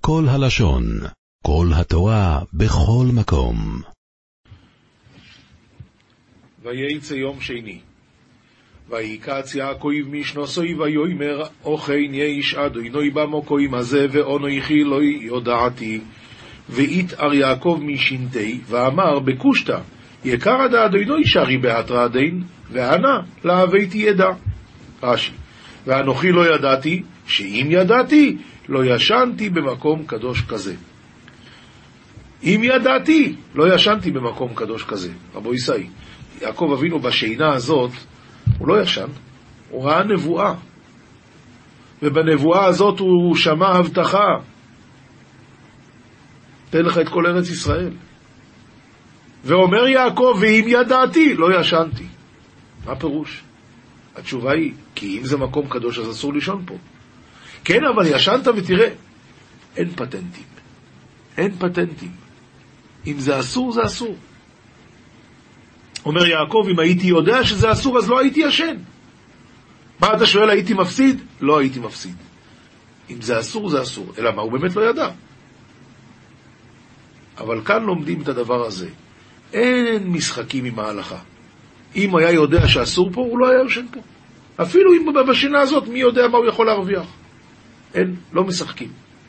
כל הלשון, כל התורה, בכל מקום. וייצא יום שני, ויקץ יעקב משנוסוי ויאמר, אוכן יש אדוני במקום הזה, ואנוכי לא יודעתי. ויתאר יעקב משנתי, ואמר בקושטא, יקרא דאדוני שרי בהתרא דין, ואנה להוויתי ידע. רש"י, ואנוכי לא ידעתי, שאם ידעתי, לא ישנתי במקום קדוש כזה. אם ידעתי, לא ישנתי במקום קדוש כזה. רבו ישי, יעקב אבינו בשינה הזאת, הוא לא ישן, הוא ראה נבואה. ובנבואה הזאת הוא שמע הבטחה. תן לך את כל ארץ ישראל. ואומר יעקב, ואם ידעתי, לא ישנתי. מה פירוש? התשובה היא, כי אם זה מקום קדוש, אז אסור לישון פה. כן, אבל ישנת ותראה, אין פטנטים. אין פטנטים. אם זה אסור, זה אסור. אומר יעקב, אם הייתי יודע שזה אסור, אז לא הייתי ישן. מה אתה שואל, הייתי מפסיד? לא הייתי מפסיד. אם זה אסור, זה אסור. אלא מה, הוא באמת לא ידע. אבל כאן לומדים את הדבר הזה. אין משחקים עם ההלכה. אם היה יודע שאסור פה, הוא לא היה יושן פה. אפילו אם בשינה הזאת, מי יודע מה הוא יכול להרוויח. אין, לא משחקים.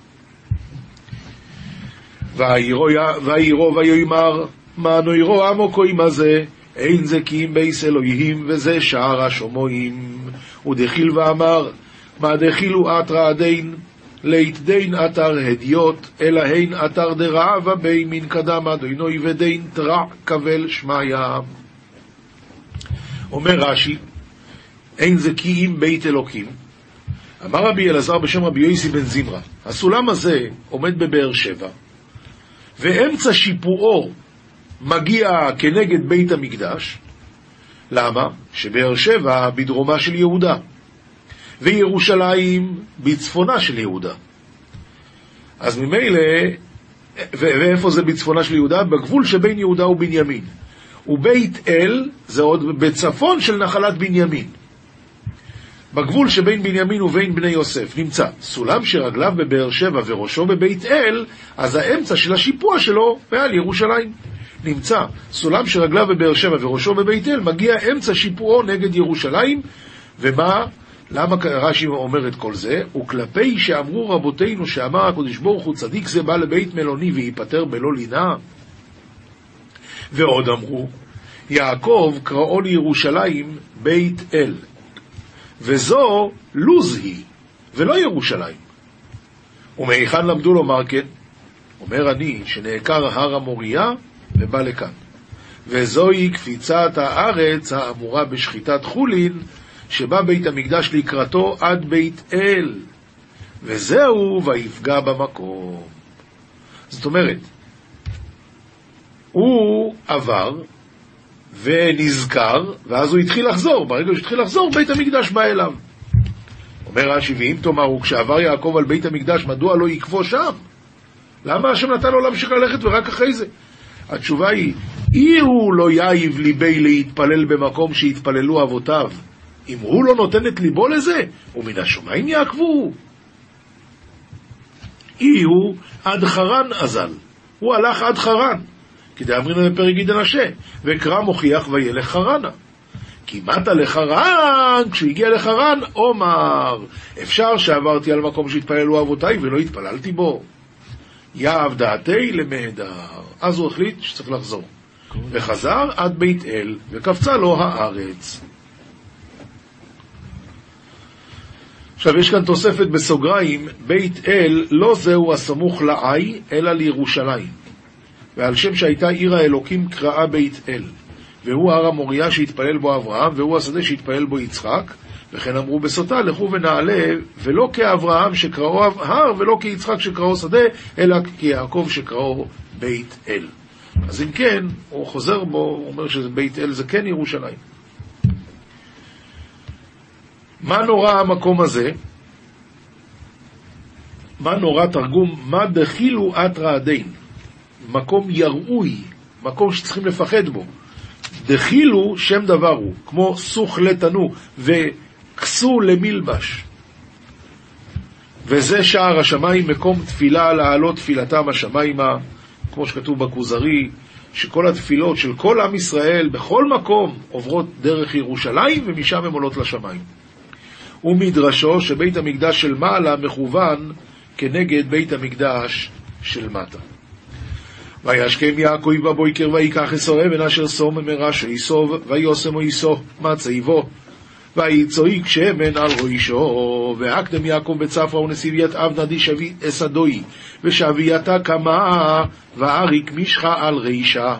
ואירו ויאמר, מה נוירו המקום הזה, אין זה כי אם בייס אלוהים, וזה שער השומעים. ודחיל ואמר, מה דחילו אתרא דין, לית דין אתר הדיוט, אלא הן אתר דרעבה בי מן קדם אדוני ודין תרע קבל שמיה. אומר רש"י, אין זה כי אם בית אלוקים. אמר רבי אלעזר בשם רבי יוסי בן זמרה, הסולם הזה עומד בבאר שבע, ואמצע שיפועו מגיע כנגד בית המקדש. למה? שבאר שבע בדרומה של יהודה, וירושלים בצפונה של יהודה. אז ממילא, ואיפה זה בצפונה של יהודה? בגבול שבין יהודה ובנימין. ובית אל זה עוד בצפון של נחלת בנימין. בגבול שבין בנימין ובין בני יוסף נמצא סולם שרגליו בבאר שבע וראשו בבית אל, אז האמצע של השיפוע שלו ועל ירושלים. נמצא סולם שרגליו בבאר שבע וראשו בבית אל, מגיע אמצע שיפועו נגד ירושלים. ומה? למה רש"י אומר את כל זה? וכלפי שאמרו רבותינו שאמר הקדוש ברוך הוא צדיק זה בא לבית מלוני ויפטר בלא לינה. ועוד אמרו יעקב קראו לירושלים בית אל, וזו לוז היא ולא ירושלים. ומהיכן למדו לומר כן? אומר אני שנעקר הר המוריה ובא לכאן, וזוהי קפיצת הארץ האמורה בשחיטת חולין, שבא בית המקדש לקראתו עד בית אל, וזהו ויפגע במקום. זאת אומרת, הוא עבר ונזכר, ואז הוא התחיל לחזור. ברגע שהוא התחיל לחזור, בית המקדש בא אליו. אומר רש"י, ואם תאמרו, כשעבר יעקב על בית המקדש, מדוע לא יקבו שם? למה השם נתן לו להמשיך ללכת ורק אחרי זה? התשובה היא, אי הוא לא יאיב ליבי להתפלל במקום שהתפללו אבותיו. אם הוא לא נותן את ליבו לזה, ומן השמיים יעקבו. אי הוא עד חרן אזל. הוא הלך עד חרן. כדי אמרינו בפרק ג' מנשה, וקרא מוכיח וילך חרנה. כי מתה לחרן, כשהגיע לחרן, אומר, אפשר שעברתי על מקום שהתפללו אבותיי ולא התפללתי בו. יאב דעתי למהדר. אז הוא החליט שצריך לחזור. וחזר עד בית אל, וקפצה לו הארץ. עכשיו יש כאן תוספת בסוגריים, בית אל לא זהו הסמוך לעי, אלא לירושלים. ועל שם שהייתה עיר האלוקים קראה בית אל, והוא הר המוריה שהתפלל בו אברהם, והוא השדה שהתפלל בו יצחק. וכן אמרו בסוטה, לכו ונעלה, ולא כאברהם שקראו הר, ולא כיצחק שקראו שדה, אלא כיעקב שקראו בית אל. אז אם כן, הוא חוזר בו, הוא אומר שבית אל זה כן ירושלים. מה נורא המקום הזה? מה נורא תרגום? מה דחילו אתרא דין? מקום יראוי, מקום שצריכים לפחד בו. דחילו שם דבר הוא, כמו סוך לתנו וכסו למלבש. וזה שער השמיים, מקום תפילה לעלות תפילתם השמיימה, כמו שכתוב בכוזרי, שכל התפילות של כל עם ישראל בכל מקום עוברות דרך ירושלים ומשם הן עולות לשמיים. ומדרשו שבית המקדש של מעלה מכוון כנגד בית המקדש של מטה. וישכם יעקב בבוקר ויקח עשו אבן אשר סום מראש יסוב ויוסמו יסו מצייבו ויצויק שמן על ראשו והקדם יעקב בצפרא ונסיביית אבנדי שבי אסדוי ושבייתה קמה ואריק משחה על ראשה.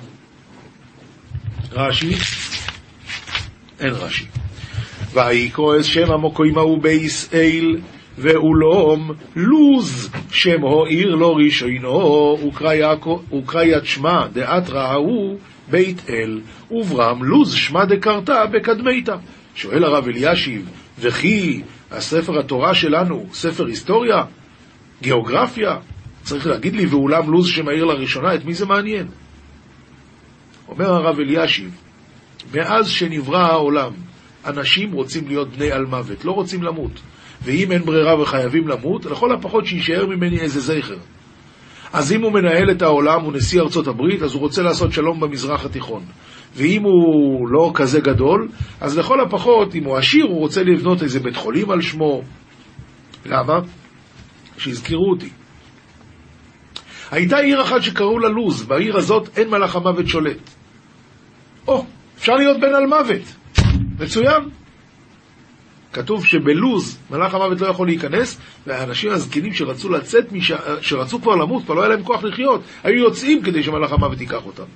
רש"י? אין רש"י. ויקרא שם המקום ההוא בישראל ואולום לוז שם העיר לו ראשונו וקריית שמה דאתרא ההוא בית אל וברם לוז שמה דקרתה בקדמיתה. שואל הרב אלישיב, וכי הספר התורה שלנו ספר היסטוריה, גיאוגרפיה, צריך להגיד לי ואולם לוז שם העיר לראשונה, את מי זה מעניין? אומר הרב אלישיב, מאז שנברא העולם אנשים רוצים להיות בני על מוות, לא רוצים למות, ואם אין ברירה וחייבים למות, לכל הפחות שישאר ממני איזה זכר. אז אם הוא מנהל את העולם, הוא נשיא ארצות הברית, אז הוא רוצה לעשות שלום במזרח התיכון. ואם הוא לא כזה גדול, אז לכל הפחות, אם הוא עשיר, הוא רוצה לבנות איזה בית חולים על שמו. למה? שיזכרו אותי. הייתה עיר אחת שקראו לה לוז, בעיר הזאת אין מלאך המוות שולט. אפשר להיות בן על מוות. מצוין. כתוב שבלוז מלאך המוות לא יכול להיכנס, והאנשים הזקנים שרצו לצאת, שרצו כבר למות, כבר לא היה להם כוח לחיות, היו יוצאים כדי שמלאך המוות ייקח אותם.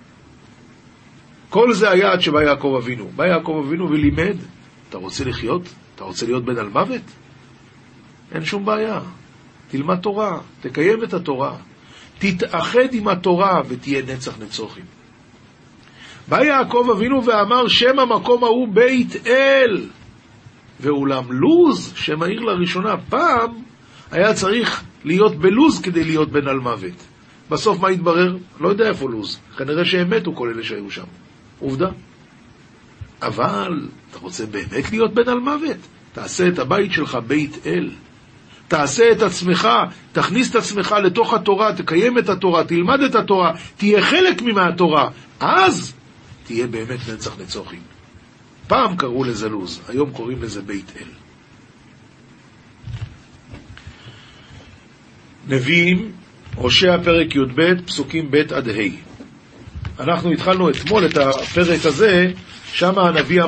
כל זה היה עד שבא יעקב אבינו. בא יעקב אבינו ולימד, אתה רוצה לחיות? אתה רוצה להיות בן על מוות? אין שום בעיה. תלמד תורה, תקיים את התורה, תתאחד עם התורה ותהיה נצח נצוחים. בא יעקב אבינו ואמר שם המקום ההוא בית אל ואולם לוז שם העיר לראשונה. פעם היה צריך להיות בלוז כדי להיות בן על מוות. בסוף מה התברר? לא יודע איפה לוז, כנראה שהם מתו כל אלה שהיו שם, עובדה. אבל אתה רוצה באמת להיות בן על מוות, תעשה את הבית שלך בית אל, תעשה את עצמך, תכניס את עצמך לתוך התורה, תקיים את התורה, תלמד את התורה, תהיה חלק מהתורה, אז תהיה באמת נצח נצוחים. פעם קראו לזה לוז, היום קוראים לזה בית אל. נביאים, הושע פרק י"ב, פסוקים ב' עד ה'. אנחנו התחלנו אתמול את הפרק הזה, שם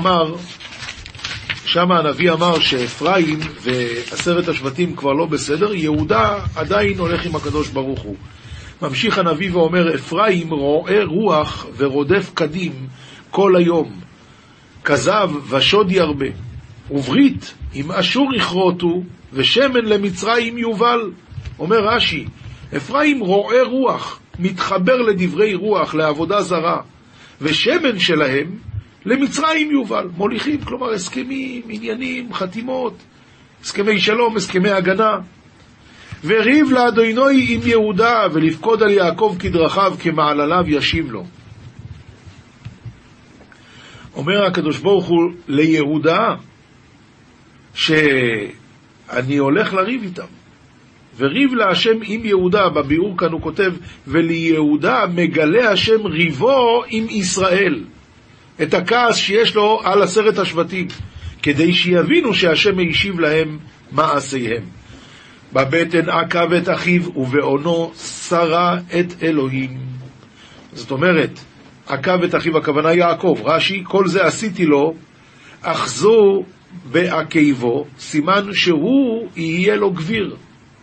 הנביא אמר שאפרים ועשרת השבטים כבר לא בסדר, יהודה עדיין הולך עם הקדוש ברוך הוא. ממשיך הנביא ואומר, אפרים רואה רוח ורודף קדים כל היום, כזב ושוד ירבה, וברית עם אשור יכרותו, ושמן למצרים יובל. אומר רש"י, אפרים רואה רוח, מתחבר לדברי רוח, לעבודה זרה, ושמן שלהם למצרים יובל, מוליכים, כלומר הסכמים, עניינים, חתימות, הסכמי שלום, הסכמי הגנה. וריב לאדוני עם יהודה, ולפקוד על יעקב כדרכיו, כמעלליו ישיב לו. אומר הקדוש ברוך הוא ליהודה, שאני הולך לריב איתם. וריב להשם עם יהודה, בביאור כאן הוא כותב, וליהודה מגלה השם ריבו עם ישראל, את הכעס שיש לו על 10 השבטים, כדי שיבינו שהשם הישיב להם מעשיהם. בבטן עקב את אחיו, ובעונו שרה את אלוהים. זאת אומרת, עקב את אחיו, הכוונה יעקב. רש"י, כל זה עשיתי לו, אחזו בעקבו, סימן שהוא יהיה לו גביר.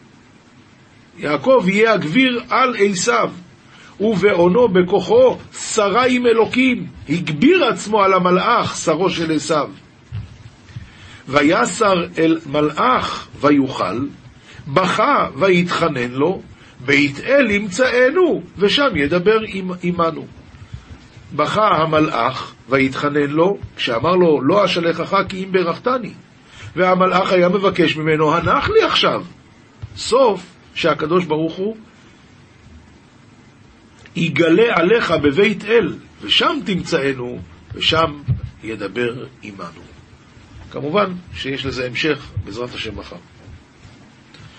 יעקב יהיה הגביר על עשיו, ובעונו בכוחו שרה עם אלוקים, הגביר עצמו על המלאך, שרו של עשיו. ויסר אל מלאך ויוכל, בכה ויתחנן לו, בית אל ימצאנו, ושם ידבר עמנו. בכה המלאך ויתחנן לו, כשאמר לו לא אשלחך כי אם ברכתני, והמלאך היה מבקש ממנו הנח לי עכשיו. סוף שהקדוש ברוך הוא יגלה עליך בבית אל, ושם תמצאנו, ושם ידבר עמנו. כמובן שיש לזה המשך בעזרת השם מחר.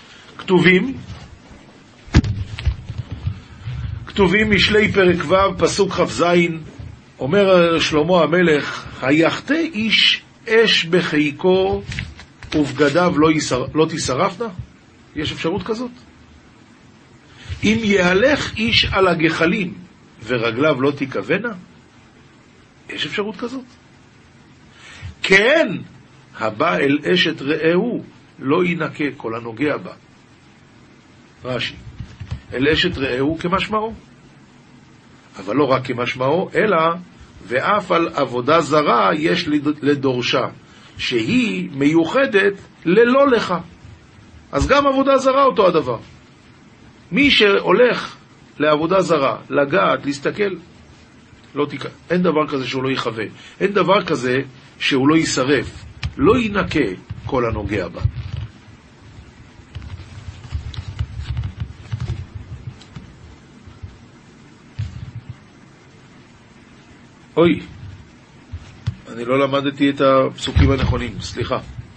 כתובים משלי פרק ו' פסוק כ"ז, אומר שלמה המלך, היחתה איש אש בחיקו ובגדיו לא תשרפנה? יש אפשרות כזאת? אם יהלך איש על הגחלים ורגליו לא תיכוונה? יש אפשרות כזאת? כן, הבא אל אשת רעהו לא ינקה כל הנוגע בה. רש"י, אל אשת רעהו כמשמעו, אבל לא רק כמשמעו, אלא ואף על עבודה זרה יש לדורשה, שהיא מיוחדת ללא לך. אז גם עבודה זרה אותו הדבר. מי שהולך לעבודה זרה, לגעת, להסתכל, לא תיקה. אין דבר כזה שהוא לא יחווה. אין דבר כזה שהוא לא יישרף. לא ינקה כל הנוגע בה. אוי, אני לא למדתי את הפסוקים הנכונים, סליחה.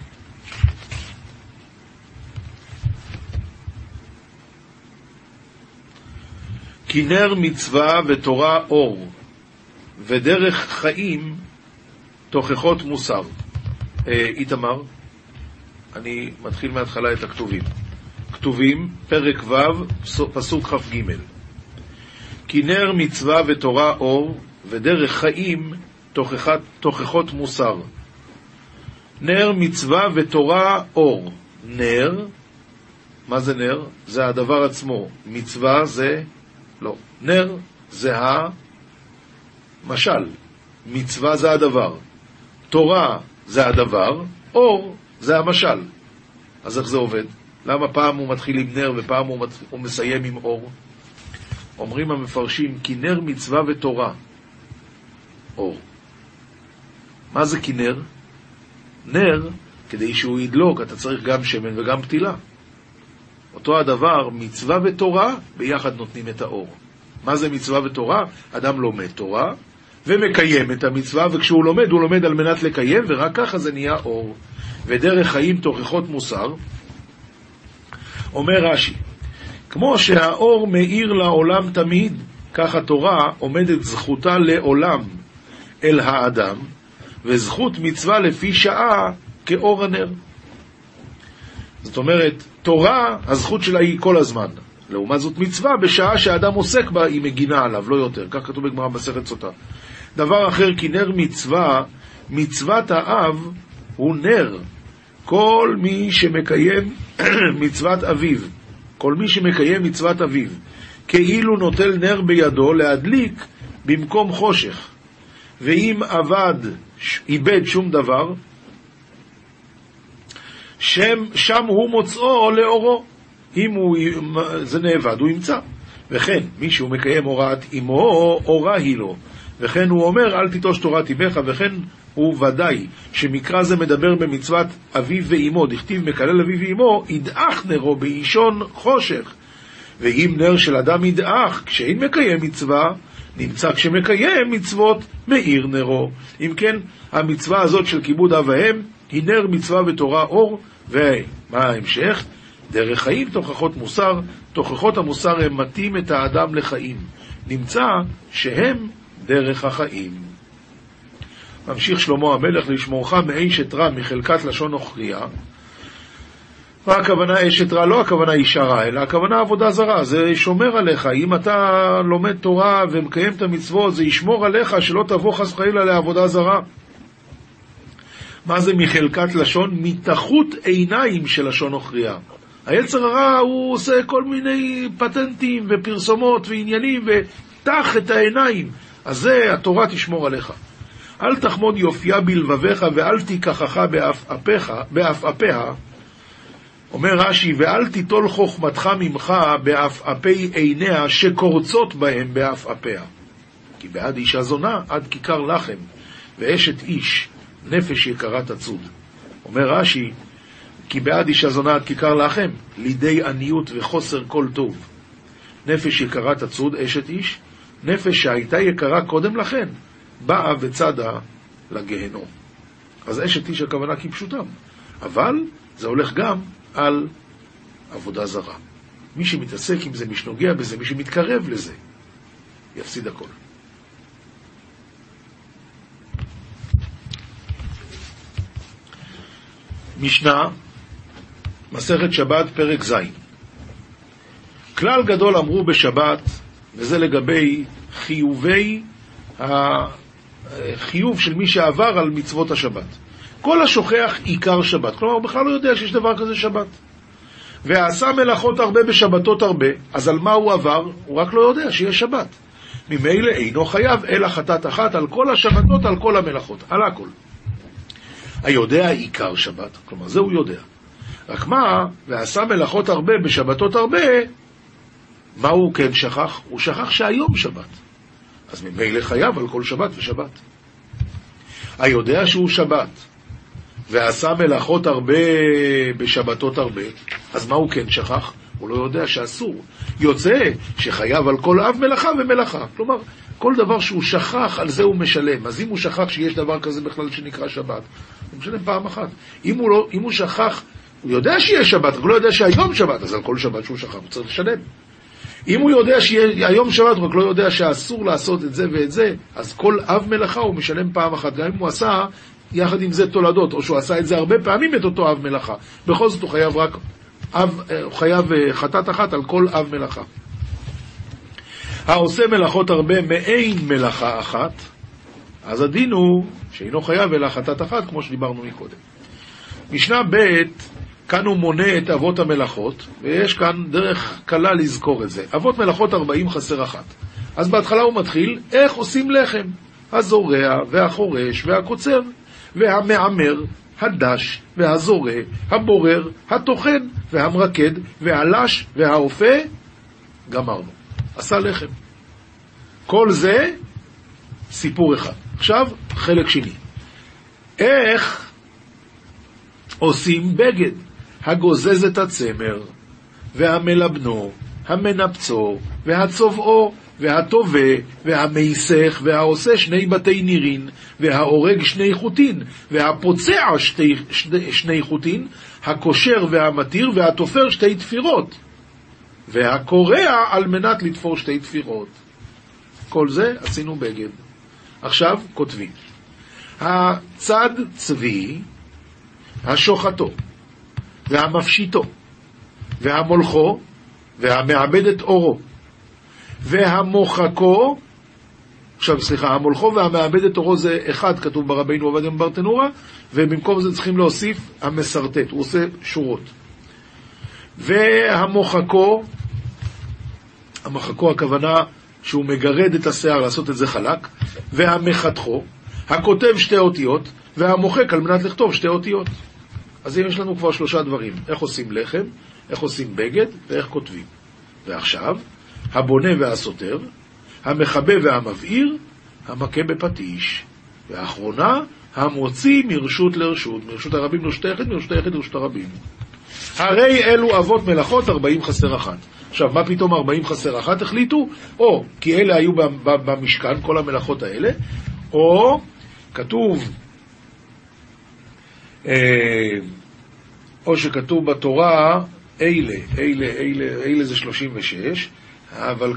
כי נר מצווה ותורה אור, ודרך חיים תוכחות מוסר. איתמר, אני מתחיל מההתחלה את הכתובים. כתובים, פרק ו', פסוק כ"ג. כי נר מצווה ותורה אור, ודרך חיים תוכחות מוסר. נר מצווה ותורה אור. נר, מה זה נר? זה הדבר עצמו. מצווה זה לא. נר זה המשל. מצווה זה הדבר. תורה זה הדבר. אור זה המשל. אז איך זה עובד? למה פעם הוא מתחיל עם נר ופעם הוא מסיים עם אור? אומרים המפרשים, כי נר מצווה ותורה אור. מה זה כי נר? נר, כדי שהוא ידלוק, אתה צריך גם שמן וגם פתילה. אותו הדבר, מצווה ותורה, ביחד נותנים את האור. מה זה מצווה ותורה? אדם לומד תורה, ומקיים את המצווה, וכשהוא לומד, הוא לומד על מנת לקיים, ורק ככה זה נהיה אור. ודרך חיים תוכחות מוסר, אומר רש"י, כמו שהאור מאיר לעולם תמיד, כך התורה עומדת זכותה לעולם אל האדם, וזכות מצווה לפי שעה כאור הנר. זאת אומרת, תורה, הזכות שלה היא כל הזמן. לעומת זאת מצווה, בשעה שהאדם עוסק בה, היא מגינה עליו, לא יותר. כך כתוב בגמרא מסכת סוטה. דבר אחר, כי נר מצווה, מצוות האב הוא נר. כל מי שמקיים מצוות אביו, כל מי שמקיים מצוות אביו, כאילו נוטל נר בידו להדליק במקום חושך. ואם איבד שום דבר, שם הוא מוצאו לאורו. אם זה נאבד, הוא ימצא. וכן, מי שהוא מקיים הוראת אמו, אורה היא לו. וכן הוא אומר, אל תיטוש תורת אמך, וכן הוא ודאי שמקרא זה מדבר במצוות אביו ואמו, דכתיב מקלל אביו ואמו, ידעך נרו באישון חושך. ואם נר של אדם ידעך, כשאין מקיים מצווה, נמצא כשמקיים מצוות מאיר נרו. אם כן, המצווה הזאת של כיבוד אב ואם היא נר מצווה ותורה אור. ומה ההמשך? דרך חיים תוכחות מוסר. תוכחות המוסר הם מתאים את האדם לחיים, נמצא שהם דרך החיים. ממשיך שלמה המלך, לשמורך מאשת רע מחלקת לשון נוכריה. מה הכוונה אשת רע? לא הכוונה אישה רע, אלא הכוונה עבודה זרה. זה שומר עליך. אם אתה לומד תורה ומקיים את המצוות, זה ישמור עליך שלא תבוא חס וחלילה לעבודה זרה. מה זה מחלקת לשון? מתחות עיניים של לשון נוכריה. היצר הרע הוא עושה כל מיני פטנטים ופרסומות ועניינים ותח את העיניים. אז זה התורה תשמור עליך. אל תחמוד יופייה בלבביך ואל תיקחך באפאפיה. אומר רש"י, ואל תיטול חוכמתך ממך באפאפי עיניה שקורצות בהם באפאפיה. כי בעד אישה זונה עד כיכר לחם, ואשת איש נפש יקרה תצוד. אומר רש"י, כי בעד אישה זונה עד כיכר לחם, לידי עניות וחוסר כל טוב. נפש יקרה תצוד, אשת איש, נפש שהייתה יקרה קודם לכן, באה וצדה לגהנום. אז אשת איש הכוונה כפשוטם. אבל זה הולך גם על עבודה זרה. מי שמתעסק עם זה, מי שנוגע בזה, מי שמתקרב לזה, יפסיד הכל. משנה, מסכת שבת, פרק ז'. כלל גדול אמרו בשבת, וזה לגבי החיוב של מי שעבר על מצוות השבת. כל השוכח עיקר שבת, כלומר הוא בכלל לא יודע שיש דבר כזה שבת. ועשה מלאכות הרבה בשבתות הרבה, אז על מה הוא עבר? הוא רק לא יודע שיש שבת. ממילא אינו חייב אלא חטאת אחת על כל השבתות, על כל המלאכות, על הכל. היודע עיקר שבת, כלומר זה הוא יודע. רק מה, ועשה מלאכות הרבה בשבתות הרבה, מה הוא כן שכח? הוא שכח שהיום שבת. אז ממילא חייב על כל שבת ושבת. היודע שהוא שבת, ועשה מלאכות הרבה בשבתות הרבה, אז מה הוא כן שכח? הוא לא יודע שאסור. יוצא שחייב על כל אב מלאכה ומלאכה. כלומר, כל דבר שהוא שכח, על זה הוא משלם. אז אם הוא שכח שיש דבר כזה בכלל שנקרא שבת, הוא משלם פעם אחת. אם הוא שכח, הוא יודע שיש שבת, אבל לא יודע שהיום שבת, אז על כל שבת שהוא שכח, הוא צריך לשלם. אם הוא יודע שהיום שבת, רק לא יודע שאסור לעשות את זה ואת זה, אז כל אב מלאכה הוא משלם פעם אחת, גם אם הוא עשה יחד עם זה תולדות, או שהוא עשה את זה הרבה פעמים את אותו אב מלאכה. בכל זאת הוא חייב רק הוא חייב חטאת אחת על כל אב מלאכה. העושה מלאכות הרבה מאין מלאכה אחת, אז הדין הוא שאינו חייב אלא חטאת אחת, כמו שדיברנו מקודם. משנה ב' כאן הוא מונה את אבות המלאכות, ויש כאן דרך קלה לזכור את זה. אבות מלאכות 40 חסר אחת. אז בהתחלה הוא מתחיל איך עושים לחם. הזורע והחורש והקוצר והמעמר, הדש והזורע, הבורר, התוכן והמרקד והלש והאופה. גמרנו. עשה לחם. כל זה סיפור אחד. עכשיו חלק שני. איך עושים בגד? הגוזז את הצמר, והמלבנו, המנפצו, והצובעו, והטובה, והמייסך, והעושה 2 בתי נירין, והאורג 2 חוטין, והפוצע 2 חוטין, הקושר והמתיר, והתופר 2 תפירות, והקורע על מנת לתפור 2 תפירות. כל זה עשינו בגד. עכשיו כותבים. הצד צבי, השוחטו, והמפשיטו, והמולכו, והמעבד את אורו, והמוחקו, עכשיו סליחה, המולכו והמעבד את אורו זה אחד, כתוב ברבינו עובדיה מברטנורה, ובמקום זה צריכים להוסיף המסרטט, הוא עושה שורות. והמוחקו, המוחקו הכוונה שהוא מגרד את השיער, לעשות את זה חלק, והמחתכו, הכותב 2 אותיות, והמוחק על מנת לכתוב 2 אותיות. אז יש לנו כבר 3 דברים, איך עושים לחם, איך עושים בגד, ואיך כותבים. ועכשיו, הבונה והסותר, המחבא והמבעיר, המכה בפטיש. והאחרונה, המוציא מרשות לרשות, מרשות הרבים לרשות היחיד, מרשות היחיד לרשות הרבים. הרי אלו אבות מלאכות 40 חסר אחת. עכשיו, מה פתאום 40 חסר אחת החליטו? או כי אלה היו במשכן, כל המלאכות האלה, או כתוב, או שכתוב בתורה, אלה זה 36, אבל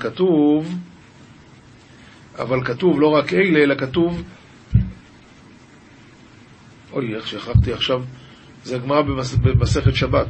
כתוב לא רק אלה, אלא כתוב, איך שכחתי עכשיו, זה הגמרא במסכת שבת.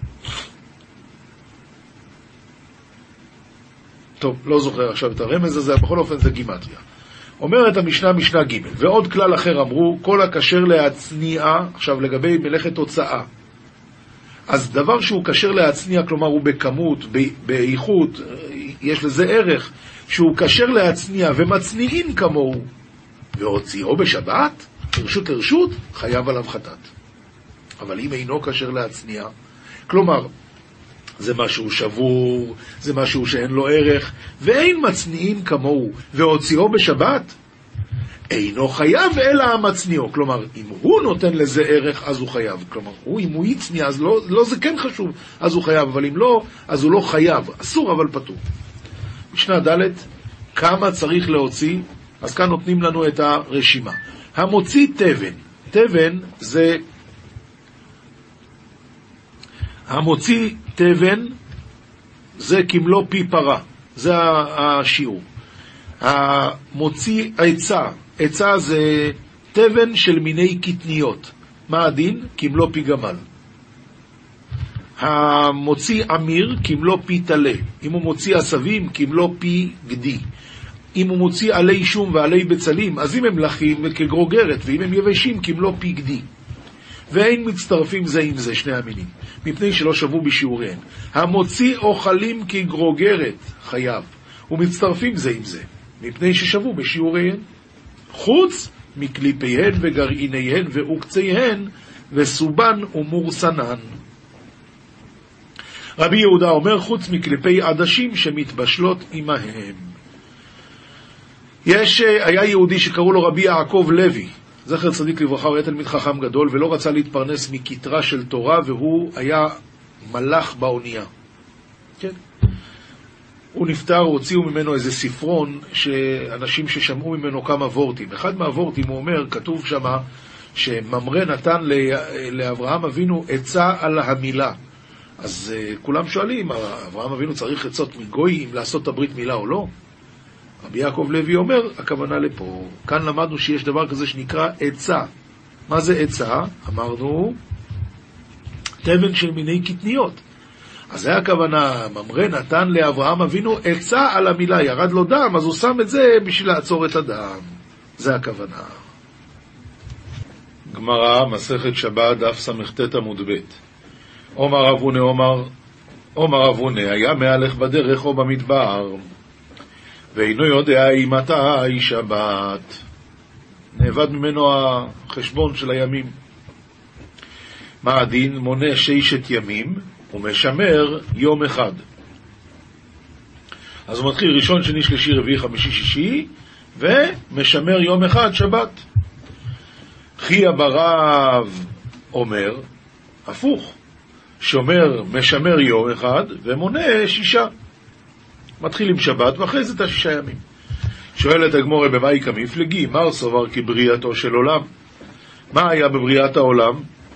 טוב, לא זוכר עכשיו את הרמז הזה, בכל אופן זה גימטריה. אומרת המשנה, משנה ג' ועוד כלל אחר אמרו, כל הכשר להצניע, עכשיו לגבי מלאכת הוצאה. אז דבר שהוא כשר להצניע, כלומר הוא בכמות, באיכות, יש לזה ערך, שהוא כשר להצניע ומצניעין כמוהו, והוציאו בשבת, רשות לרשות, חייב עליו חטאת. אבל אם אינו כשר להצניע, כלומר, זה משהו שבור, זה משהו שאין לו ערך, ואין מצניעין כמוהו, והוציאו בשבת, אינו חייב אלא המצניעו. כלומר, אם הוא נותן לזה ערך, אז הוא חייב. כלומר, אם הוא יצניע, אז לא זה כן חשוב, אז הוא חייב, אבל אם לא, אז הוא לא חייב. אסור, אבל פטור. משנה ד' כמה צריך להוציא? אז כאן נותנים לנו את הרשימה. המוציא תבן. תבן זה המוציא תבן זה כמלוא פי פרה, זה השיעור. המוציא עצה זה תבן של מיני קטניות, מה הדין? כמלוא פי גמל. המוציא אמיר כמלוא פי תלה, אם הוא מוציא עשבים כמלוא פי גדי, אם הוא מוציא עלי שום ועלי בצלים, אז אם הם לחים כגרוגרת, ואם הם יבשים כמלוא פי גדי. ואין מצטרפים זה עם זה, שני המינים, מפני שלא שבו בשיעוריהן. המוציא אוכלים כגרוגרת חייב, ומצטרפים זה עם זה, מפני ששבו בשיעוריהן, חוץ מקליפיהן וגרעיניהן ועוקציהן וסובן ומורסנן. רבי יהודה אומר חוץ מקליפי עדשים שמתבשלות עמהם. היה יהודי שקראו לו רבי יעקב לוי, זכר צדיק לברכה, הוא היה תלמיד חכם גדול ולא רצה להתפרנס מכתרה של תורה, והוא היה מלאך באונייה. כן. הוא נפטר, הוציאו ממנו איזה ספרון שאנשים ששמעו ממנו כמה וורטים. אחד מהוורטים הוא אומר, כתוב שמה שממרא נתן לאברהם אבינו עצה על המילה. אז כולם שואלים, אברהם אבינו צריך עצות מגוי אם לעשות את הברית מילה או לא? רבי יעקב לוי אומר, הכוונה לפה. כאן למדנו שיש דבר כזה שנקרא עצה. מה זה עצה? אמרנו, תבן של מיני קטניות. אז זה הכוונה, ממרא נתן לאברהם אבינו עצה על המילה, ירד לו דם, אז הוא שם את זה בשביל לעצור את הדם. זה הכוונה. גמרא, מסכת שבת, דף סמכתת עמוד ב'. עומר אבונה, היה מהלך בדרך או במדבר, ואינו יודע אם מתי שבת. נאבד ממנו החשבון של הימים. מה הדין? מונה 6 ימים ומשמר יום אחד. אז הוא מתחיל ראשון, שני, שלישי, רביעי, חמישי, שישי, ומשמר יום אחד שבת. חייא ברב אומר הפוך, משמר יום אחד ומונה 6. מתחיל עם שבת ואחרי זה את 6 ימים. שואלת הגמרא במאי כמפלגי, מר סובר כבריאתו של עולם. מה היה בבריאת העולם?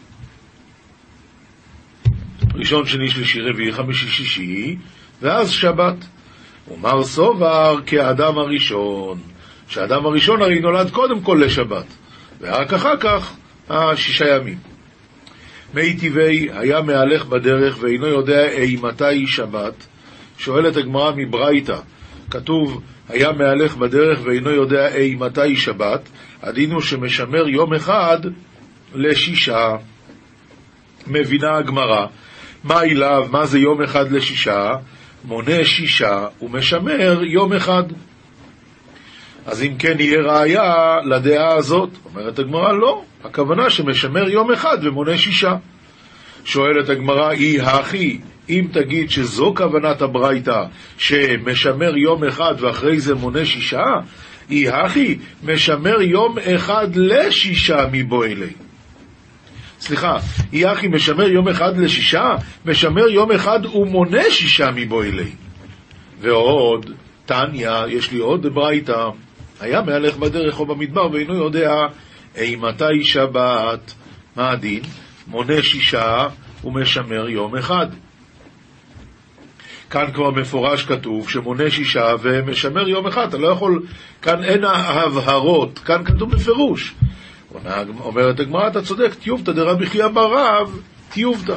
ראשון, שני, שלישי, רביעי, חמישי, שישי, ואז שבת. ומר סובר כאדם הראשון, שהאדם הראשון הרי נולד קודם כל לשבת, ורק אחר כך 6 ימים. מי טבעי, היה מהלך בדרך ואינו יודע מתי שבת. שואלת הגמרא מברייתא, כתוב היה מהלך בדרך ואינו יודע מתי שבת, הדין הוא שמשמר יום אחד ל6. מבינה הגמרא, מה אליו, מה זה יום אחד ל6? מונה 6 ומשמר יום אחד. אז אם כן יהיה ראיה לדעה הזאת. אומרת הגמרא, לא, הכוונה שמשמר יום אחד ומונה 6. שואלת הגמרא, היא הכי, אם תגיד שזו כוונת הברייתא, שמשמר יום אחד ואחרי זה מונה 6, היא הכי, משמר יום אחד ל6 מבוא אלי. סליחה, היא הכי משמר יום אחד ל6, משמר יום אחד ומונה 6 מבוא אלי. ועוד, תניה, יש לי עוד ברייתא, היה מהלך בדרך או במדבר ואינו יודע מתי שבת. מה הדין? מונה 6 ומשמר יום אחד. כאן כבר מפורש כתוב שמונה 6 ומשמר יום אחד. אתה לא יכול, כאן אין ההבהרות, כאן כתוב בפירוש. אומרת הגמרא, אתה צודק, תיובתא דרבי חייא בר רב, תיובתא.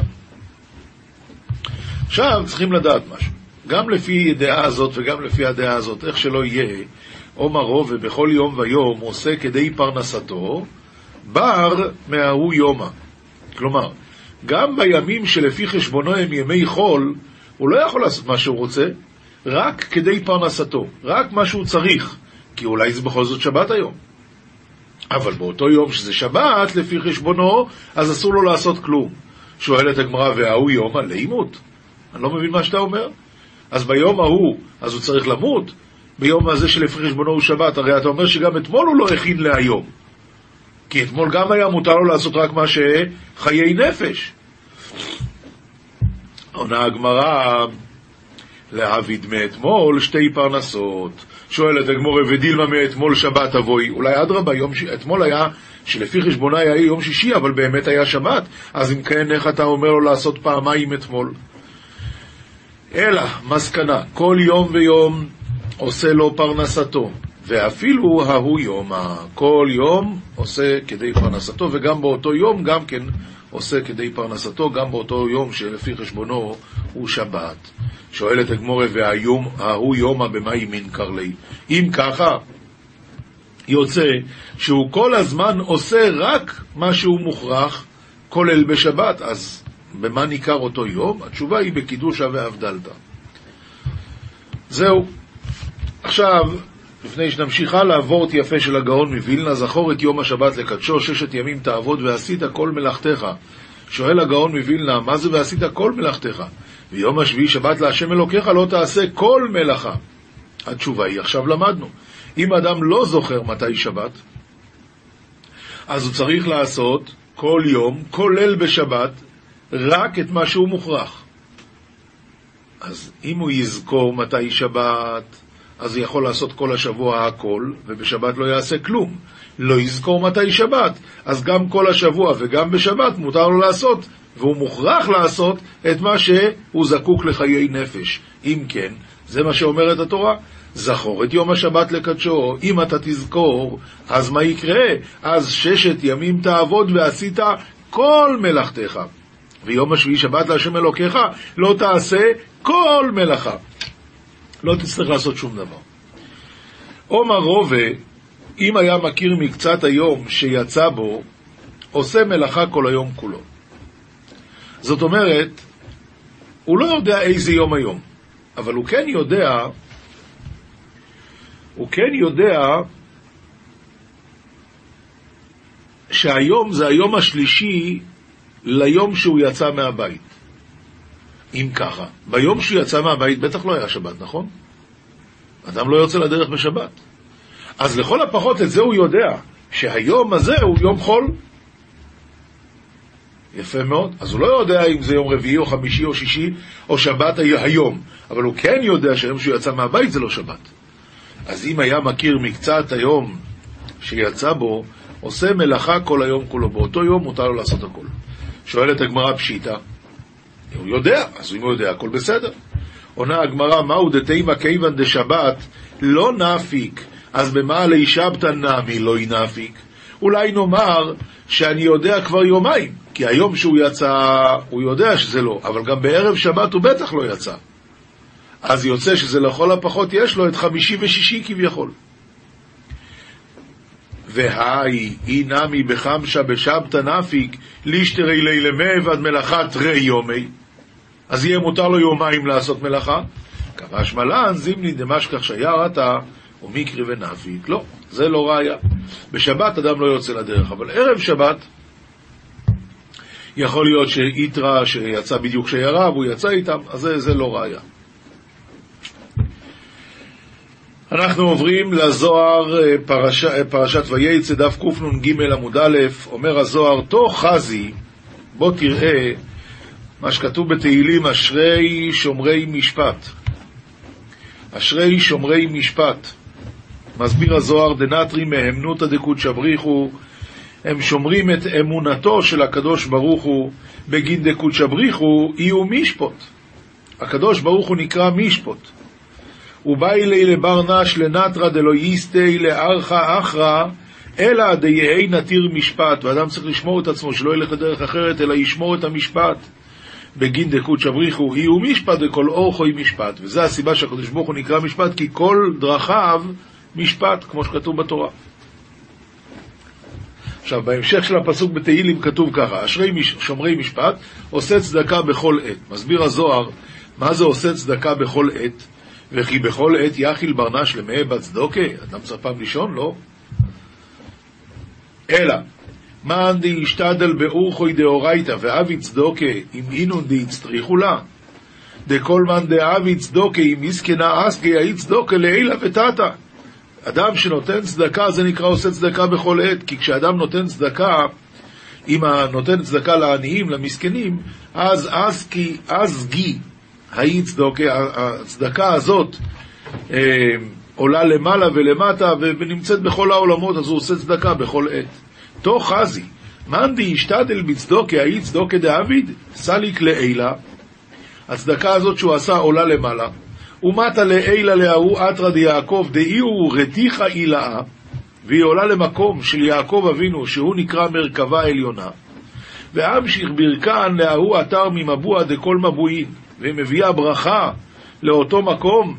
עכשיו צריכים לדעת משהו. גם לפי דעה הזאת וגם לפי הדעה הזאת, איך שלא יהיה, אומרו ובכל יום ויום עושה כדי פרנסתו, בר מההוא יומה. כלומר, גם בימים שלפי חשבונו הם ימי חול, הוא לא יכול לעשות מה שהוא רוצה, רק כדי פרנסתו, רק מה שהוא צריך, כי אולי זה בכל זאת שבת היום. אבל באותו יום שזה שבת, לפי חשבונו, אז אסור לו לעשות כלום. שואלת הגמרא, וההוא יום על לימות? אני לא מבין מה שאתה אומר. אז ביום ההוא, אז הוא צריך למות? ביום הזה שלפי חשבונו הוא שבת, הרי אתה אומר שגם אתמול הוא לא הכין להיום. כי אתמול גם היה מותר לו לעשות רק מה שחיי נפש. עונה הגמרא, להעביד מאתמול 2 פרנסות. שואלת הגמרא, ודילמה מאתמול שבת אבוי. אולי אדרבה, אתמול היה, שלפי חשבונה היה יום שישי, אבל באמת היה שבת. אז אם כן, איך אתה אומר לו לעשות פעמיים אתמול? אלא, מסקנה, כל יום ויום עושה לו פרנסתו, ואפילו ההוא יומה, כל יום עושה כדי פרנסתו, וגם באותו יום גם כן עושה כדי פרנסתו, גם באותו יום שלפי חשבונו הוא שבת. שואלת הגמורה, וההוא יומה במה ימין קרלי? אם ככה, יוצא שהוא כל הזמן עושה רק מה שהוא מוכרח, כולל בשבת, אז במה ניכר אותו יום? התשובה היא בקידושה והבדלתא. זהו. עכשיו, לפני שנמשיך הלאה, וורט יפה של הגאון מווילנה, זכור את יום השבת לקדשו, 6 ימים תעבוד ועשית כל מלאכתך. שואל הגאון מווילנה, מה זה ועשית כל מלאכתך? ויום השביעי שבת להשם אלוקיך לא תעשה כל מלאכה. התשובה היא, עכשיו למדנו, אם אדם לא זוכר מתי שבת, אז הוא צריך לעשות כל יום, כולל בשבת, רק את מה שהוא מוכרח. אז אם הוא יזכור מתי שבת, אז הוא יכול לעשות כל השבוע הכל, ובשבת לא יעשה כלום. לא יזכור מתי שבת, אז גם כל השבוע וגם בשבת מותר לו לעשות, והוא מוכרח לעשות את מה שהוא זקוק לחיי נפש. אם כן, זה מה שאומרת התורה, זכור את יום השבת לקדשו. אם אתה תזכור, אז מה יקרה? אז 6 ימים תעבוד ועשית כל מלאכתך. ויום השביעי שבת להשם אלוקיך לא תעשה כל מלאכה. לא תצטרך לעשות שום דבר. עומר רובה, אם היה מכיר מקצת היום שיצא בו, עושה מלאכה כל היום כולו. זאת אומרת, הוא לא יודע איזה יום היום, אבל הוא כן יודע שהיום זה היום השלישי ליום שהוא יצא מהבית. אם ככה, ביום שהוא יצא מהבית בטח לא היה שבת, נכון? אדם לא יוצא לדרך בשבת. אז לכל הפחות את זה הוא יודע, שהיום הזה הוא יום חול. יפה מאוד. אז הוא לא יודע אם זה יום רביעי או חמישי או שישי או שבת היום, אבל הוא כן יודע שהיום שהוא יצא מהבית זה לא שבת. אז אם היה מכיר מקצת היום שיצא בו, עושה מלאכה כל היום כולו, באותו יום מותר לו לעשות הכל. שואלת הגמרא פשיטה, הוא יודע, אז אם הוא יודע, הכל בסדר. עונה הגמרא, מהו דתימה כיוון דשבת לא נאפיק, אז במה עלי שבתא נמי לא ינאפיק? אולי נאמר שאני יודע כבר יומיים, כי היום שהוא יצא הוא יודע שזה לא, אבל גם בערב שבת הוא בטח לא יצא. אז יוצא שזה לכל הפחות יש לו את חמישי ושישי כביכול. והי אי נמי בחמשה בשבתא נאפיק לישתרי לילמי ועד מלאכת רי יומי, אז יהיה מותר לו יומיים לעשות מלאכה. כבש מלן זימני דמשכח שיירתה ומקרי ונאפיק. לא, זה לא ראיה. בשבת אדם לא יוצא לדרך, אבל ערב שבת יכול להיות שיתרה שיצא בדיוק שירה והוא יצא איתם, אז זה לא ראיה. אנחנו עוברים לזוהר, פרשת וייצא, דף קנ"ג עמוד א'. אומר הזוהר, תוך חזי, בוא תראה מה שכתוב בתהילים, אשרי שומרי משפט. אשרי שומרי משפט. מסביר הזוהר, דנטרי מהמנותא דקודשא בריחו, הם שומרים את אמונתו של הקדוש ברוך הוא, בגין דקודשא בריחו יהיו משפט. הקדוש ברוך הוא נקרא משפט. ובאי לי לברנש לנטרא דלא יסטי לארכה אחרא אלא דיהי נתיר משפט. ואדם צריך לשמור את עצמו שלא ילך לדרך אחרת אלא ישמור את המשפט. בגין דקודשא בריחו יהיו משפט וכל אורחוי משפט. וזה הסיבה שהקדוש ברוך הוא נקרא משפט, כי כל דרכיו משפט, כמו שכתוב בתורה. עכשיו בהמשך של הפסוק בתהילים כתוב ככה, אשרי שומרי משפט עושה צדקה בכל עת. מסביר הזוהר מה זה עושה צדקה בכל עת, וכי בכל עת יאכיל ברנש למאה בת צדוקה. אדם צריך פעם לישון? לא. אלא מאן די ישתדל באורחוי דאורייתא ואבי צדוקה אם אינון די יצטריכו לה, דכל מן דאבי צדוקה אם יסכנה אסגי יאי צדוקה לעילה ותתה. אדם שנותן צדקה זה נקרא עושה צדקה בכל עת, כי כשאדם נותן צדקה, אם נותן צדקה לעניים, למסכנים, אז אסגי היי צדוקה, הצדקה הזאת עולה למעלה ולמטה ונמצאת בכל העולמות, אז הוא עושה צדקה בכל עת. תוך חזי, מאן די ישתדל בצדוקה, היי צדוקה דאביד, סליק לעילה. הצדקה הזאת שהוא עשה עולה למעלה, ומטה לאילה להוא אתרא דיעקב דאיהו רתיחה אילאה, והיא עולה למקום של יעקב אבינו שהוא נקרא מרכבה עליונה, והמשיך ברכן להוא אתר ממבוע דכל מבועין, ומביאה ברכה לאותו מקום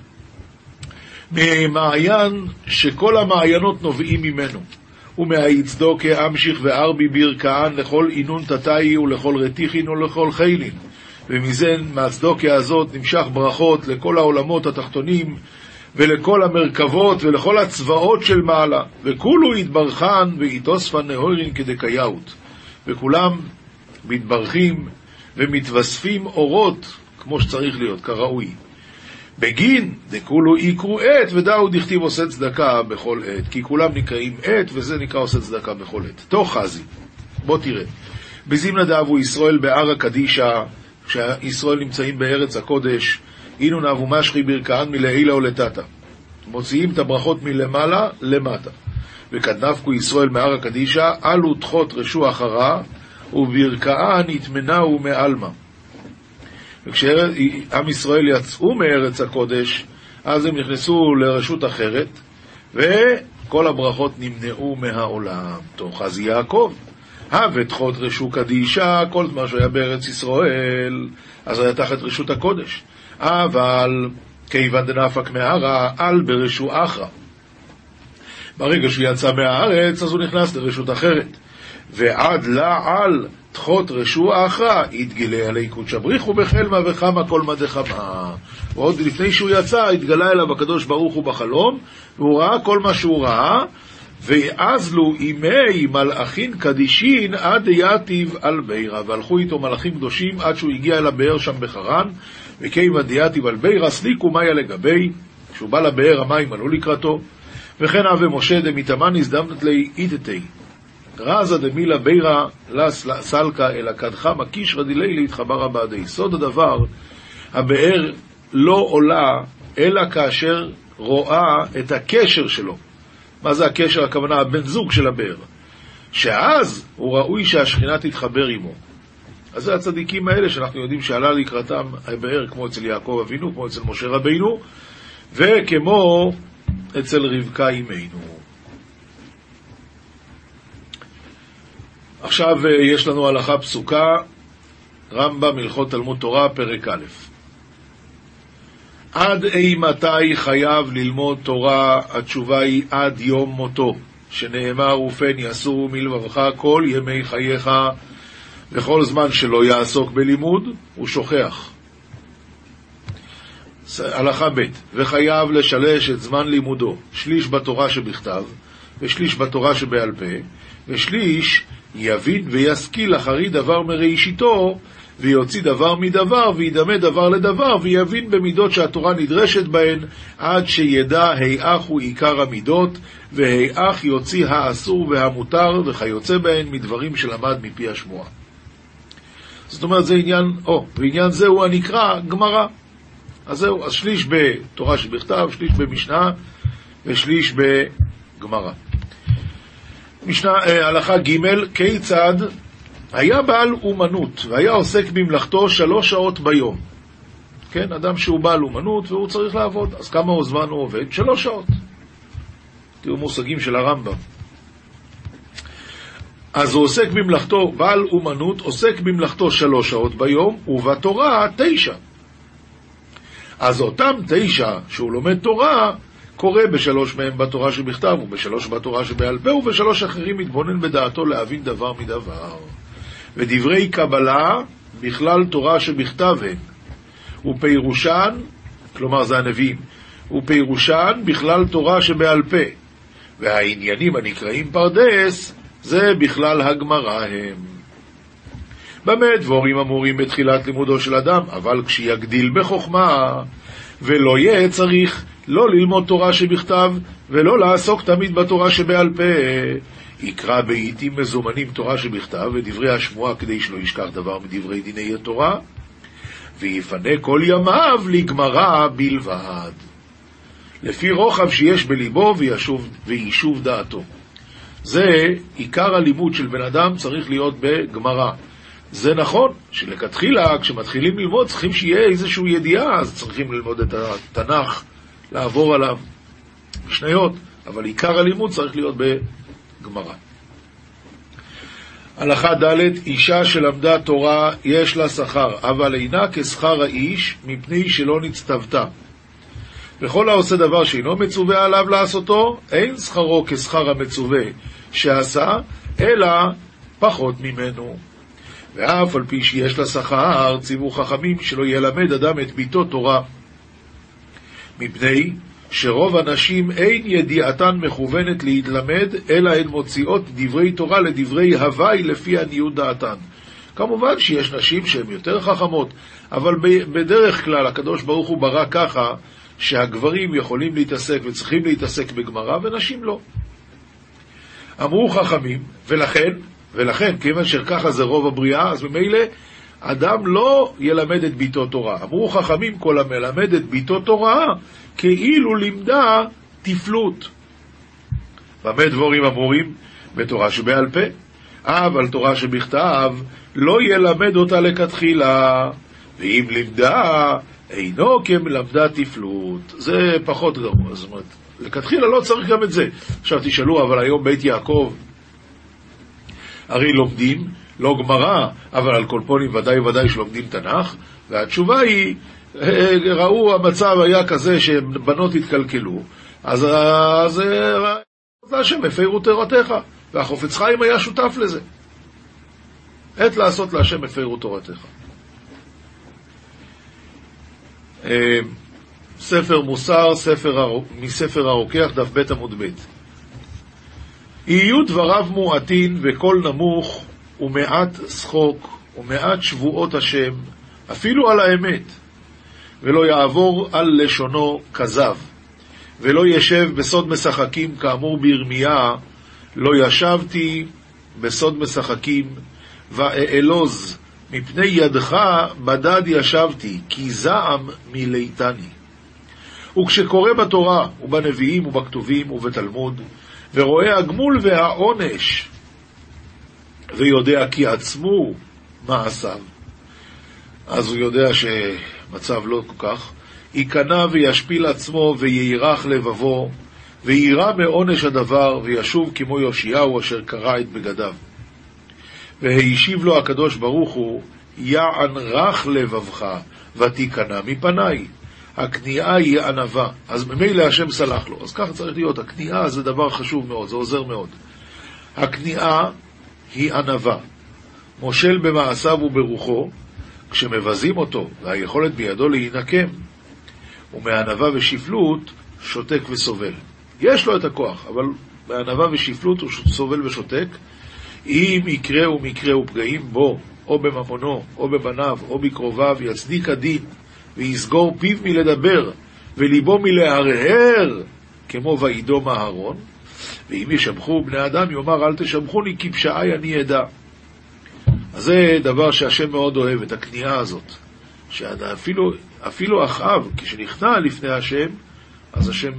ממעיין שכל המעיינות נובעים ממנו, ומהיצדוקה אמשיך וארבי ברכן לכל אינון תתאי ולכל רתיחין ולכל חילין, ומזה מהצדוקה הזאת נמשך ברכות לכל העולמות התחתונים ולכל המרכבות ולכל הצבאות של מעלה, וכולו יתברכן ויתוספן נהורין כדקייאות, וכולם מתברכים ומתווספים אורות כמו שצריך להיות, כראוי. בגין דכולו יקרו עת ודאו דכתיב עושה צדקה בכל עת, כי כולם נקראים עת וזה נקרא עושה צדקה בכל עת. תוך חזי, בוא תראה, בזימנה דאבו ישראל בער הקדישה, כשישראל נמצאים בארץ הקודש, אינו נאבו משחי ברכהן מלעילה או לטאטה, מוציאים את הברכות מלמעלה למטה, וכדנפקו ישראל מער הקדישה אלו תחות רשו אחרה וברכהן התמנעו מעלמה. וכשעם ישראל יצאו מארץ הקודש, אז הם נכנסו לרשות אחרת, וכל הברכות נמנעו מהעולם. תוך אז יעקב, ותחות רשו קדישה, כל מה שהיה בארץ ישראל, אז היה תחת רשות הקודש. אבל כיוון דנפק מהרה, על ברשו אחרה. ברגע שהוא יצא מהארץ, אז הוא נכנס לרשות אחרת. ועד לעל תחות רשו האחרה, התגלה עלי קודש הבריחו בחלמה וחמה כל מדחמה. ועוד לפני שהוא יצא, התגלה אליו הקדוש ברוך הוא בחלום, והוא ראה כל מה שהוא ראה, ואז לו אימי מלאכין קדישין עד יתיב על בירה, והלכו איתו מלאכים קדושים עד שהוא הגיע אל הבאר שם בחרן, וכיוון דיתיב על בירה, סליקו מיה לגבי, כשהוא בא לבאר המים עלו לקראתו, וכן אבי משה דמיתמן הזדמנת לי איתתי. רזה דמילה בירה סלקה אלא קדחה מקיש רדילי להתחברה בעדי. סוד הדבר, הבאר לא עולה אלא כאשר רואה את הקשר שלו. מה זה הקשר? הכוונה הבן זוג של הבאר, שאז הוא ראוי שהשכינה תתחבר עמו. אז זה הצדיקים האלה שאנחנו יודעים שעלה לקראתם הבאר, כמו אצל יעקב אבינו, כמו אצל משה רבינו, וכמו אצל רבקה אמנו. עכשיו יש לנו הלכה פסוקה, רמב"ם הלכות תלמוד תורה פרק א'. עד מתי חייב ללמוד תורה? התשובה היא עד יום מותו, שנאמר ופן יסורו מלבבך כל ימי חייך, וכל זמן שלא יעסוק בלימוד הוא שוכח. הלכה ב' וחייב לשלש את זמן לימודו, שליש בתורה שבכתב ושליש בתורה שבעל פה, ושליש יבין וישכיל אחרי דבר מראשיתו, ויוציא דבר מדבר וידמה דבר לדבר, ויבין במידות שהתורה נדרשת בהן, עד שידע היאך הוא עיקר המידות, והיאך יוציא האסור והמותר וכיוצא בהן מדברים שלמד מפי השמועה. זאת אומרת, זה עניין, ועניין זהו הנקרא גמרא. אז זהו, אז שליש בתורה שבכתב, שליש במשנה ושליש בגמרא. משנה, הלכה ג' כיצד היה בעל אומנות והיה עוסק במלאכתו 3 שעות ביום. כן, אדם שהוא בעל אומנות והוא צריך לעבוד, אז כמה זמן הוא עובד? 3 שעות. תראו מושגים של הרמב"ם. אז הוא עוסק במלאכתו, בעל אומנות עוסק במלאכתו 3 שעות ביום, ובתורה 9. אז אותם 9 שהוא לומד תורה, קורא ב3 מהם בתורה שבכתב, וב3 בתורה שבעל פה, וב3 אחרים מתבונן בדעתו להבין דבר מדבר. ודברי קבלה בכלל תורה שבכתב הם, ופירושן, כלומר זה הנביאים, ופירושן בכלל תורה שבעל פה, והעניינים הנקראים פרדס, זה בכלל הגמרא הם. במה דבורים אמורים בתחילת לימודו של אדם, אבל כשיגדיל בחוכמה, ולא יהיה צריך לא ללמוד תורה שבכתב, ולא לעסוק תמיד בתורה שבעל פה, יקרא בעיתים מזומנים תורה שבכתב, ודברי השמועה כדי שלא ישכח דבר מדברי דיני התורה, ויפנה כל ימיו לגמרא בלבד, לפי רוחב שיש בליבו וישוב דעתו. זה עיקר הלימוד של בן אדם, צריך להיות בגמרא. זה נכון שלכתחילה כשמתחילים ללמוד צריכים שיהיה איזושהי ידיעה, אז צריכים ללמוד את התנ"ך, לעבור עליו משניות, אבל עיקר הלימוד צריך להיות בגמרא. הלכה ד' אישה שלמדה תורה יש לה שכר, אבל אינה כשכר האיש מפני שלא נצטוותה. וכל העושה דבר שאינו מצווה עליו לעשותו, אין שכרו כשכר המצווה שעשה, אלא פחות ממנו. ואף על פי שיש לה שכר, ציוו חכמים שלא ילמד אדם את ביתו תורה, מפני שרוב הנשים אין ידיעתן מכוונת להתלמד, אלא הן מוציאות דברי תורה לדברי הווי לפי עניות דעתן. כמובן שיש נשים שהן יותר חכמות, אבל בדרך כלל הקדוש ברוך הוא ברא ככה, שהגברים יכולים להתעסק וצריכים להתעסק בגמרא, ונשים לא. אמרו חכמים, ולכן, כיוון שככה זה רוב הבריאה, אז ממילא אדם לא ילמד את ביתו תורה. אמרו חכמים, כל המלמד את ביתו תורה, כאילו לימדה תפלות. במה דבורים אמורים? בתורה שבעל פה. אבל תורה שבכתב לא ילמד אותה לכתחילה, ואם לימדה אינו כמלמדה תפלות. זה פחות גרוע. זאת אומרת, לכתחילה לא צריך גם את זה. עכשיו תשאלו, אבל היום בית יעקב הרי לומדים לא גמרא, אבל על כל פונים ודאי שלומדים תנ"ך, והתשובה היא, ראו המצב היה כזה שבנות התקלקלו, אז השם הפרו תורתך, והחופץ חיים היה שותף לזה. עת לעשות להשם הפרו תורתך. ספר מוסר, מספר הרוקח, דף ב' עמוד ב'. יהיו דבריו מועטין וקול נמוך ומעט שחוק ומעט שבועות השם, אפילו על האמת, ולא יעבור על לשונו כזב, ולא ישב בסוד משחקים כאמור בירמיה, לא ישבתי בסוד משחקים ואעלוז מפני ידך בדד ישבתי, כי זעם מליתני. וכשקורא בתורה ובנביאים ובכתובים ובתלמוד, ורואה הגמול והעונש, ויודע כי עצמו מעשיו, אז הוא יודע שמצב לא כל כך, ייכנע וישפיל עצמו ויירח לבבו, ויירא מעונש הדבר, וישוב כמו יאשיהו אשר קרע את בגדיו. והשיב לו הקדוש ברוך הוא, יען רך לבבך ותיכנע מפניי. הכניעה היא ענווה, אז ממילא השם סלח לו. אז ככה צריך להיות, הכניעה זה דבר חשוב מאוד, זה עוזר מאוד. הכניעה היא ענווה, מושל במעשיו וברוחו, כשמבזים אותו והיכולת בידו להינקם, ומענווה ושפלות שותק וסובל. יש לו את הכוח, אבל מענווה ושפלות הוא סובל ושותק. אם יקראו מקראו פגעים בו, או בממונו, או בבניו, או בקרוביו, יצדיק הדין, ויסגור פיו מלדבר, וליבו מלהרהר, כמו וידום אהרון. ואם ישבחו בני אדם, יאמר אל תשבחוני, כי פשעי אני אדע. אז זה דבר שהשם מאוד אוהב, את הכניעה הזאת. אפילו אחאב, כשנכנע לפני השם, אז השם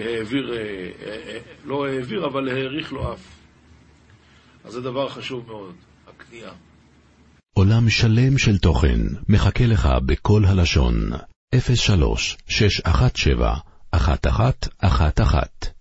לא העביר, אבל העריך לו אף. אז זה דבר חשוב מאוד, הכניעה. עולם שלם של תוכן מחכה לך בכל הלשון. 03-617-1111